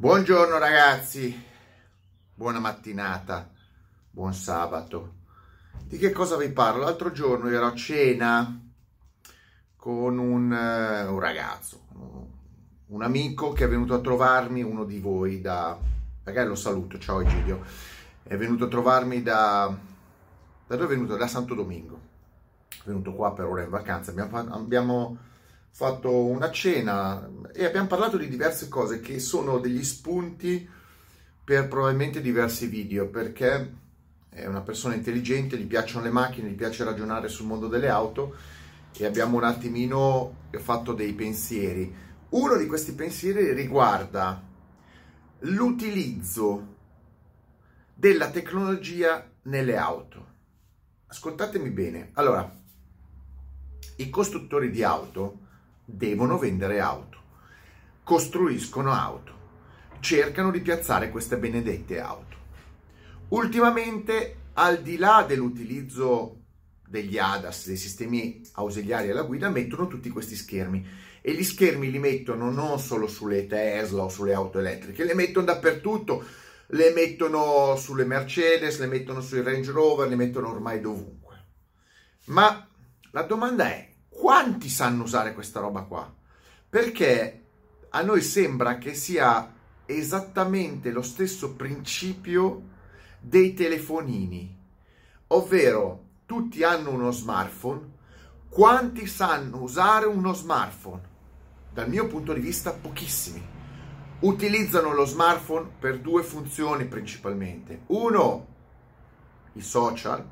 Buongiorno ragazzi, buona mattinata, buon sabato. Di che cosa vi parlo? L'altro giorno ero a cena con un ragazzo, un amico che è venuto a trovarmi, uno di voi magari lo saluto, ciao Egidio, è venuto a trovarmi da dove è venuto? Da Santo Domingo. È venuto qua per ora in vacanza, abbiamo fatto una cena e abbiamo parlato di diverse cose che sono degli spunti per probabilmente diversi video, perché è una persona intelligente, gli piacciono le macchine, gli piace ragionare sul mondo delle auto e abbiamo un attimino fatto dei pensieri. Uno di questi pensieri riguarda l'utilizzo della tecnologia nelle auto. Ascoltatemi bene. Allora, i costruttori di auto devono vendere auto, costruiscono auto, cercano di piazzare queste benedette auto. Ultimamente, al di là dell'utilizzo degli ADAS, dei sistemi ausiliari alla guida, mettono tutti questi schermi e gli schermi li mettono non solo sulle Tesla o sulle auto elettriche, le mettono dappertutto, le mettono sulle Mercedes, le mettono sui Range Rover, le mettono ormai dovunque. Ma la domanda è: quanti sanno usare questa roba qua? Perché a noi sembra che sia esattamente lo stesso principio dei telefonini, ovvero tutti hanno uno smartphone. Quanti sanno usare uno smartphone? Dal mio punto di vista, pochissimi. Utilizzano lo smartphone per due funzioni principalmente. Uno, i social.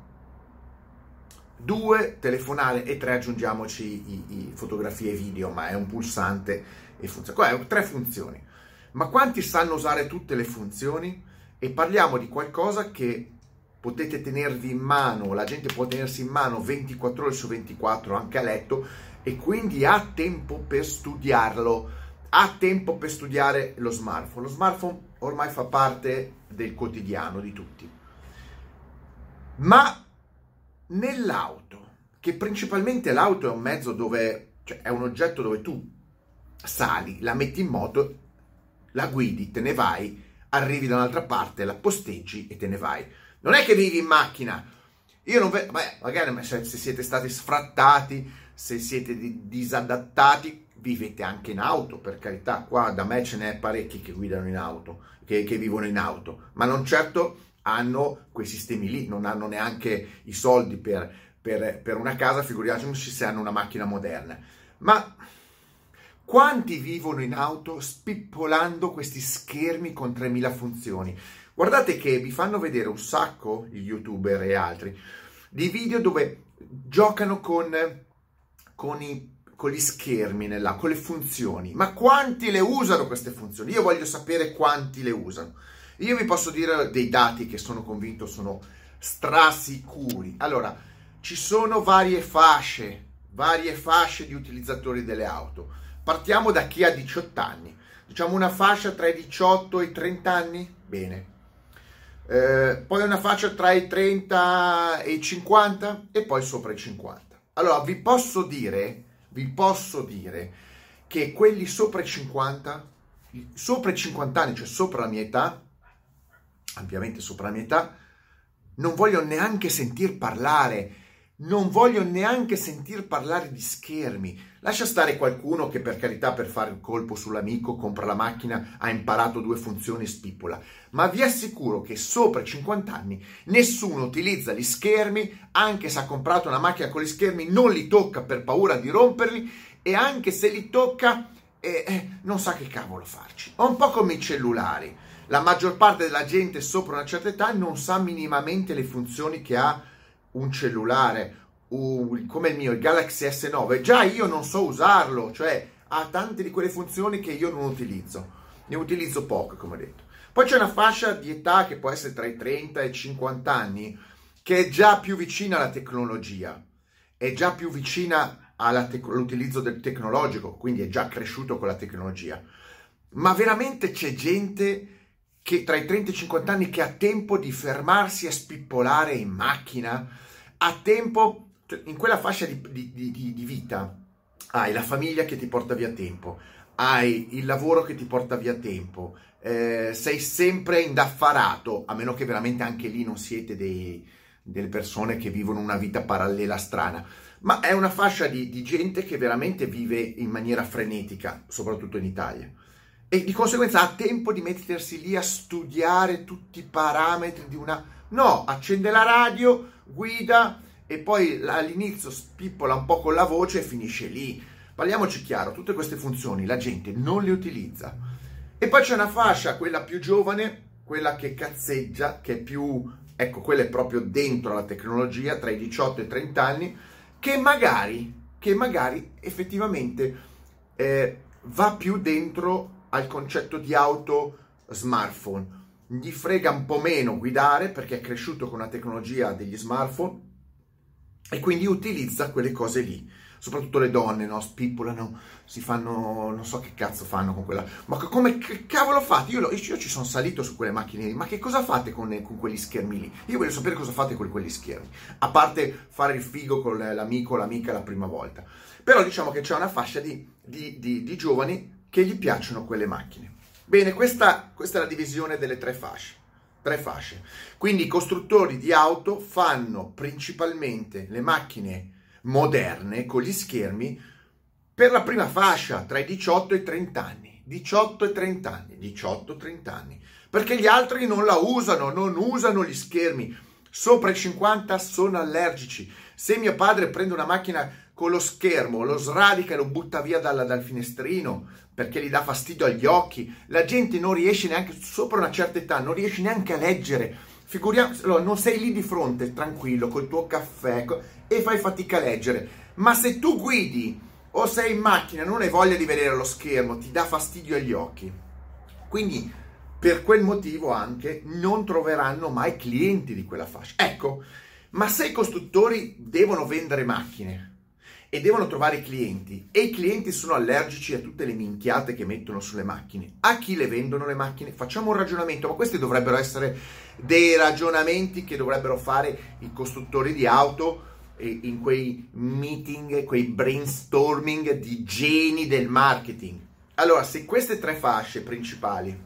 Due, telefonare, e tre, aggiungiamoci i fotografie e video, ma è un pulsante e funziona. Qua tre funzioni. Ma quanti sanno usare tutte le funzioni? E parliamo di qualcosa che potete tenervi in mano, la gente può tenersi in mano 24 ore su 24 anche a letto, e quindi ha tempo per studiarlo, ha tempo per studiare lo smartphone. Lo smartphone ormai fa parte del quotidiano di tutti. Ma nell'auto, che principalmente l'auto è un mezzo dove, cioè è un oggetto dove tu sali, la metti in moto, la guidi, te ne vai, arrivi da un'altra parte, la posteggi e te ne vai. Non è che vivi in macchina. Io non vedo, magari se siete stati sfrattati, se siete disadattati, vivete anche in auto, per carità. Qua da me ce n'è parecchi che guidano in auto, che vivono in auto, ma non certo hanno quei sistemi lì, non hanno neanche i soldi per una casa, figuriamoci se hanno una macchina moderna. Ma quanti vivono in auto spippolando questi schermi con 3000 funzioni? Guardate che vi fanno vedere un sacco, gli youtuber e altri, di video dove giocano con gli schermi, con le funzioni. Ma quanti le usano queste funzioni? Io voglio sapere quanti le usano. Io vi posso dire dei dati che sono convinto sono strasicuri. Allora, ci sono varie fasce di utilizzatori delle auto. Partiamo da chi ha 18 anni. Diciamo una fascia tra i 18 e i 30 anni? Bene. Poi una fascia tra i 30 e i 50 e poi sopra i 50. Allora, vi posso dire che quelli sopra i 50 anni, cioè sopra la mia età, ampiamente sopra la mia età, non voglio neanche sentir parlare di schermi. Lascia stare qualcuno che, per carità, per fare il colpo sull'amico compra la macchina, ha imparato due funzioni e spippola, ma vi assicuro che sopra i 50 anni nessuno utilizza gli schermi, anche se ha comprato una macchina con gli schermi non li tocca per paura di romperli, e anche se li tocca non sa che cavolo farci. È un po' come i cellulari. La maggior parte della gente sopra una certa età non sa minimamente le funzioni che ha un cellulare, come il mio, il Galaxy S9. Già io non so usarlo, cioè ha tante di quelle funzioni che io non utilizzo. Ne utilizzo poco, come ho detto. Poi c'è una fascia di età che può essere tra i 30 e i 50 anni, che è già più vicina alla tecnologia, è già più vicina all'utilizzo del tecnologico, quindi è già cresciuto con la tecnologia. Ma veramente c'è gente che tra i 30 e i 50 anni che ha tempo di fermarsi a spippolare in macchina, ha tempo, in quella fascia di vita hai la famiglia che ti porta via tempo, hai il lavoro che ti porta via tempo, sei sempre indaffarato, a meno che veramente anche lì non siete delle persone che vivono una vita parallela strana, ma è una fascia di gente che veramente vive in maniera frenetica, soprattutto in Italia. E di conseguenza ha tempo di mettersi lì a studiare tutti i parametri di una... No, accende la radio, guida e poi all'inizio spippola un po' con la voce e finisce lì. Parliamoci chiaro, tutte queste funzioni la gente non le utilizza. E poi c'è una fascia, quella più giovane, quella che cazzeggia, che è più... Ecco, quella è proprio dentro la tecnologia, tra i 18 e i 30 anni, che magari effettivamente va più dentro al concetto di auto smartphone. Gli frega un po' meno guidare perché è cresciuto con la tecnologia degli smartphone e quindi utilizza quelle cose lì. Soprattutto le donne, no? Spippolano, si fanno, non so che cazzo fanno con quella... Ma che cavolo fate? Io ci sono salito su quelle macchine lì, ma che cosa fate con quegli schermi lì? Io voglio sapere cosa fate con quegli schermi, a parte fare il figo con l'amico o l'amica la prima volta. Però diciamo che c'è una fascia di giovani che gli piacciono quelle macchine. Bene, questa è la divisione delle tre fasce. Quindi i costruttori di auto fanno principalmente le macchine moderne con gli schermi per la prima fascia, tra i 18 e i 30 anni. 18 e 30 anni. Perché gli altri non usano gli schermi. Sopra i 50 sono allergici. Se mio padre prende una macchina con lo schermo, lo sradica e lo butta via dal finestrino perché gli dà fastidio agli occhi, la gente non riesce neanche, sopra una certa età, non riesce neanche a leggere. Figuriamoci, non sei lì di fronte, tranquillo, col tuo caffè e fai fatica a leggere. Ma se tu guidi o sei in macchina, non hai voglia di vedere lo schermo, ti dà fastidio agli occhi. Quindi, per quel motivo anche, non troveranno mai clienti di quella fascia. Ecco, ma se i costruttori devono vendere macchine e devono trovare clienti e i clienti sono allergici a tutte le minchiate che mettono sulle macchine, a chi le vendono le macchine? Facciamo un ragionamento, ma questi dovrebbero essere dei ragionamenti che dovrebbero fare i costruttori di auto in quei meeting, quei brainstorming di geni del marketing. Allora, se queste tre fasce principali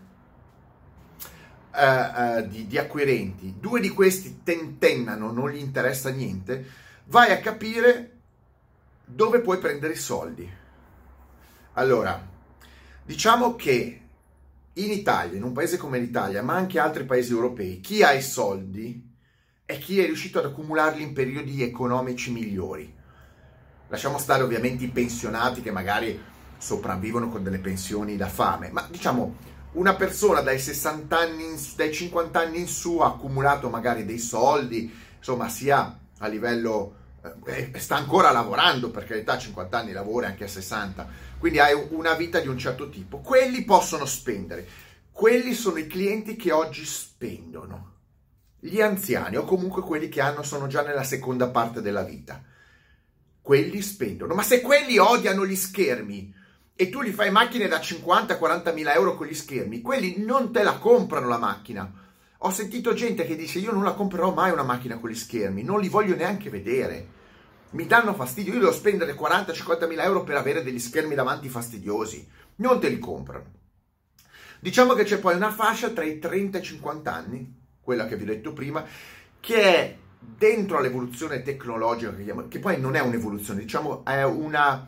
di acquirenti, due di questi tentennano, non gli interessa niente, vai a capire dove puoi prendere i soldi. Allora, diciamo che in Italia, in un paese come l'Italia, ma anche altri paesi europei, chi ha i soldi è chi è riuscito ad accumularli in periodi economici migliori. Lasciamo stare ovviamente i pensionati che magari sopravvivono con delle pensioni da fame, ma diciamo una persona dai 60 anni, dai 50 anni in su ha accumulato magari dei soldi, insomma sia a livello... sta ancora lavorando, per carità, a 50 anni lavora anche a 60, quindi hai una vita di un certo tipo. Quelli possono spendere, quelli sono i clienti che oggi spendono, gli anziani o comunque quelli che sono già nella seconda parte della vita, quelli spendono. Ma se quelli odiano gli schermi e tu gli fai macchine da 50-40 mila euro con gli schermi, quelli non te la comprano la macchina. Ho sentito gente che dice: io non la comprerò mai una macchina con gli schermi, non li voglio neanche vedere, mi danno fastidio, io devo spendere 40-50 mila euro per avere degli schermi davanti fastidiosi, non te li comprano. Diciamo che c'è poi una fascia tra i 30 e i 50 anni, quella che vi ho detto prima, che è dentro all'evoluzione tecnologica, che poi non è un'evoluzione, diciamo è una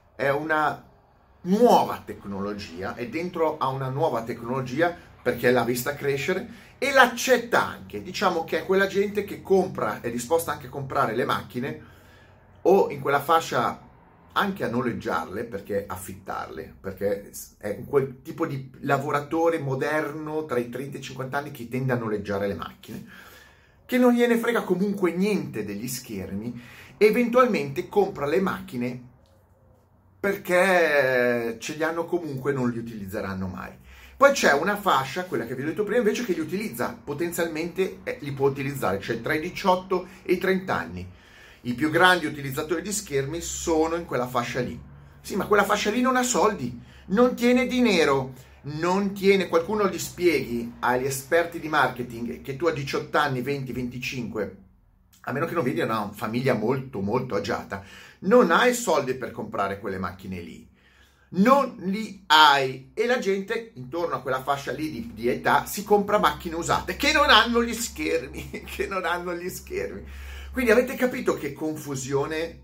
nuova tecnologia, è dentro a una nuova tecnologia perché l'ha vista crescere e l'accetta anche. Diciamo che è quella gente che compra, è disposta anche a comprare le macchine o in quella fascia anche a noleggiarle, perché affittarle, perché è quel tipo di lavoratore moderno tra i 30 e i 50 anni che tende a noleggiare le macchine, che non gliene frega comunque niente degli schermi, e eventualmente compra le macchine perché ce li hanno comunque, non li utilizzeranno mai. Poi c'è una fascia, quella che vi ho detto prima, invece, che li utilizza, potenzialmente li può utilizzare, cioè tra i 18 e i 30 anni. I più grandi utilizzatori di schermi sono in quella fascia lì. Sì, ma quella fascia lì non ha soldi, non tiene dinero, non tiene... Qualcuno gli spieghi agli esperti di marketing che tu a 18 anni, 20, 25, a meno che non vedi una famiglia molto, molto agiata, non hai soldi per comprare quelle macchine lì. non li hai, e la gente intorno a quella fascia lì di età si compra macchine usate che non hanno gli schermi, Quindi avete capito che confusione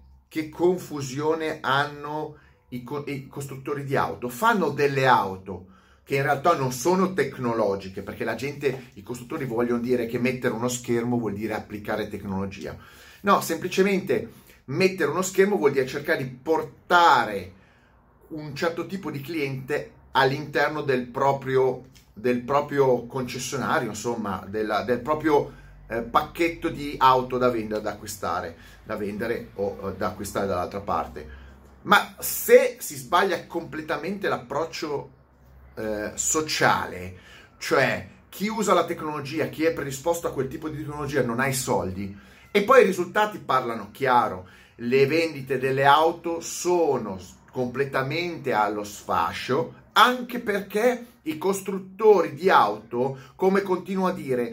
hanno i costruttori di auto? Fanno delle auto che in realtà non sono tecnologiche, perché i costruttori vogliono dire che mettere uno schermo vuol dire applicare tecnologia. No, semplicemente mettere uno schermo vuol dire cercare di portare un certo tipo di cliente all'interno del proprio concessionario, insomma, del proprio pacchetto di auto da vendere, da vendere o da acquistare dall'altra parte. Ma se si sbaglia completamente l'approccio sociale, cioè chi usa la tecnologia, chi è predisposto a quel tipo di tecnologia non ha i soldi, e poi i risultati parlano chiaro. Le vendite delle auto sono completamente allo sfascio, anche perché i costruttori di auto, come continuo a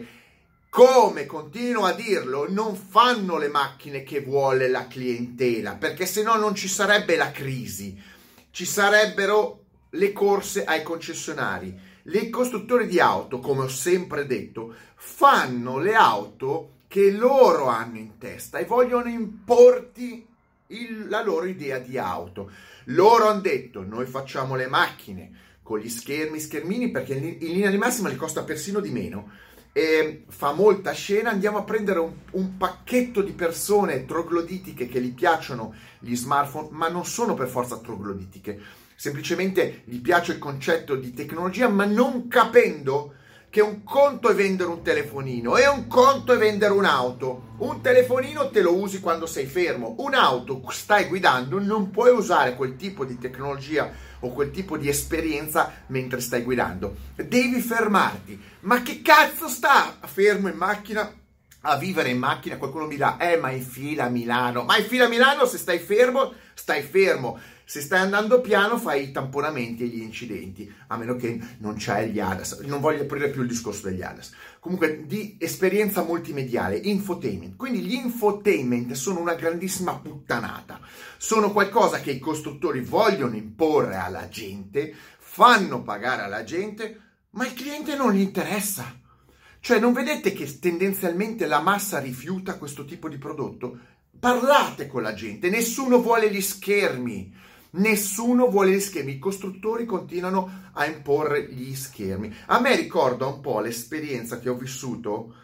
dirlo, non fanno le macchine che vuole la clientela, perché se no non ci sarebbe la crisi, ci sarebbero le corse ai concessionari. I costruttori di auto, come ho sempre detto, fanno le auto che loro hanno in testa e vogliono importi la loro idea di auto. Loro hanno detto: noi facciamo le macchine con gli schermini, perché in linea di massima li costa persino di meno e fa molta scena. Andiamo a prendere un pacchetto di persone trogloditiche che gli piacciono gli smartphone, ma non sono per forza trogloditiche, semplicemente gli piace il concetto di tecnologia, ma non capendo che un conto è vendere un telefonino e un conto è vendere un'auto. Un telefonino te lo usi quando sei fermo, un'auto stai guidando, non puoi usare quel tipo di tecnologia o quel tipo di esperienza mentre stai guidando. Devi fermarti. Ma che cazzo sta fermo in macchina a vivere in macchina? Qualcuno mi dirà: ma in fila a Milano. Ma in fila a Milano, se stai fermo, stai fermo. Se stai andando piano fai i tamponamenti e gli incidenti, a meno che non c'hai gli ADAS. Non voglio aprire più il discorso degli ADAS. Comunque, di esperienza multimediale, infotainment. Quindi gli infotainment sono una grandissima puttanata. Sono qualcosa che i costruttori vogliono imporre alla gente, fanno pagare alla gente, ma il cliente non gli interessa. Cioè, non vedete che tendenzialmente la massa rifiuta questo tipo di prodotto? Parlate con la gente, nessuno vuole gli schermi. I costruttori continuano a imporre gli schermi. A me ricorda un po' l'esperienza che ho vissuto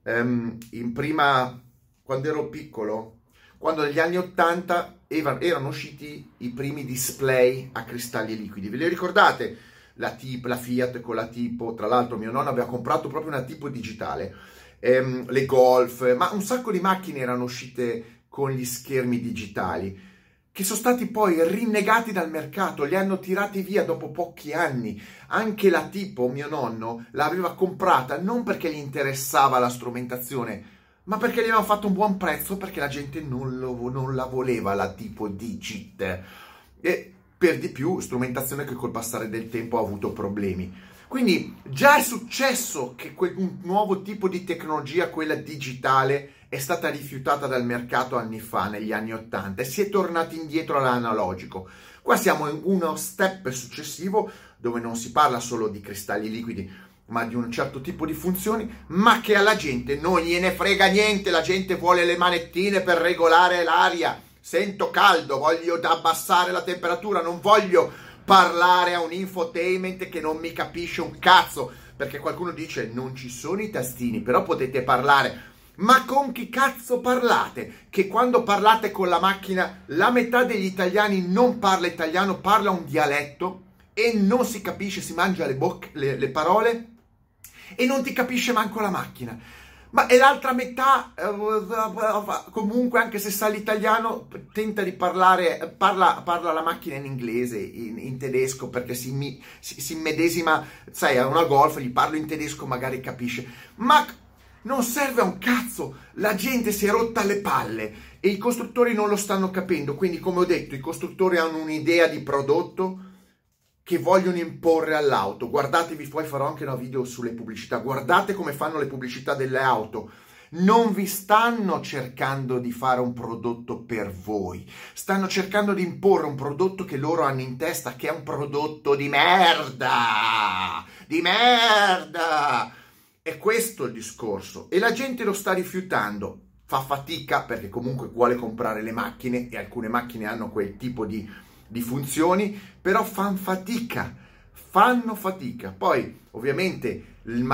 quando ero piccolo, quando negli anni 80 erano usciti i primi display a cristalli liquidi. Ve li ricordate? La Fiat con la tipo, tra l'altro mio nonno aveva comprato proprio una tipo digitale, le Golf, ma un sacco di macchine erano uscite con gli schermi digitali, che sono stati poi rinnegati dal mercato, li hanno tirati via dopo pochi anni. Anche la tipo, mio nonno, l'aveva comprata non perché gli interessava la strumentazione, ma perché gli avevano fatto un buon prezzo, perché la gente non la voleva la tipo digit. E per di più, strumentazione che col passare del tempo ha avuto problemi. Quindi già è successo che un nuovo tipo di tecnologia, quella digitale, è stata rifiutata dal mercato anni fa, negli anni 80, e si è tornati indietro all'analogico. Qua siamo in uno step successivo, dove non si parla solo di cristalli liquidi, ma di un certo tipo di funzioni, ma che alla gente non gliene frega niente. La gente vuole le manettine per regolare l'aria. Sento caldo, voglio abbassare la temperatura, non voglio parlare a un infotainment che non mi capisce un cazzo, perché qualcuno dice: non ci sono i tastini, però potete parlare. Ma con chi cazzo parlate? Che quando parlate con la macchina la metà degli italiani non parla italiano, parla un dialetto e non si capisce, si mangia le parole e non ti capisce manco la macchina. Ma e l'altra metà, comunque, anche se sa l'italiano, tenta di parlare, parla la macchina in inglese, in tedesco, perché si immedesima, sai, a una Golf, gli parlo in tedesco, magari capisce. Ma non serve a un cazzo, la gente si è rotta le palle e i costruttori non lo stanno capendo. Quindi, come ho detto, i costruttori hanno un'idea di prodotto che vogliono imporre all'auto. Guardatevi, poi farò anche un video sulle pubblicità. Guardate come fanno le pubblicità delle auto. Non vi stanno cercando di fare un prodotto per voi, stanno cercando di imporre un prodotto che loro hanno in testa, che è un prodotto di merda, di merda. È questo il discorso e la gente lo sta rifiutando. Fa fatica perché comunque vuole comprare le macchine e alcune macchine hanno quel tipo di funzioni, però fanno fatica. Poi ovviamente la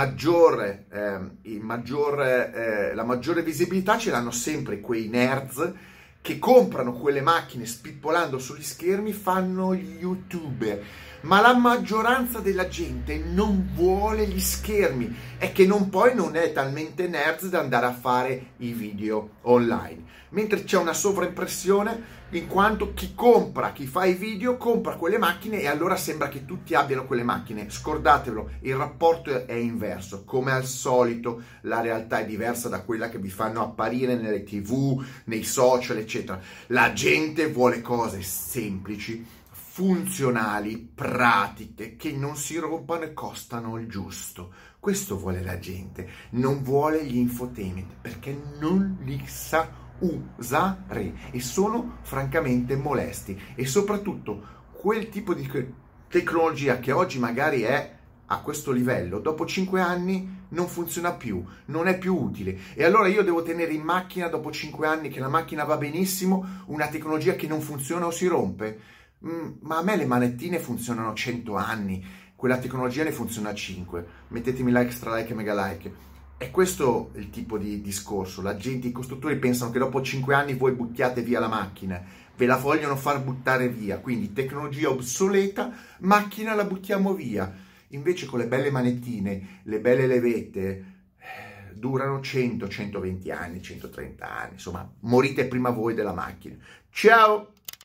maggiore visibilità ce l'hanno sempre quei nerds che comprano quelle macchine spippolando sugli schermi, fanno gli youtuber. Ma la maggioranza della gente non vuole gli schermi, è che non è talmente nerds da andare a fare i video online. Mentre c'è una sovraimpressione in quanto chi fa i video compra quelle macchine e allora sembra che tutti abbiano quelle macchine. Scordatevelo, il rapporto è inverso. Come al solito la realtà è diversa da quella che vi fanno apparire nelle TV, nei social, eccetera. La gente vuole cose semplici, funzionali, pratiche, che non si rompano e costano il giusto. Questo vuole la gente, non vuole gli infotainment perché non li sa usare e sono francamente molesti. E soprattutto quel tipo di tecnologia che oggi magari è a questo livello, dopo 5 anni non funziona più, non è più utile. E allora io devo tenere in macchina, dopo 5 anni che la macchina va benissimo, una tecnologia che non funziona o si rompe? Ma a me le manettine funzionano 100 anni, quella tecnologia ne funziona 5. Mettetemi like, stra like e mega like. E questo è il tipo di discorso. La gente, i costruttori pensano che dopo 5 anni voi buttiate via la macchina, ve la vogliono far buttare via, quindi tecnologia obsoleta, macchina la buttiamo via. Invece con le belle manettine, le belle levette, durano 100, 120 anni, 130 anni, insomma, morite prima voi della macchina. Ciao!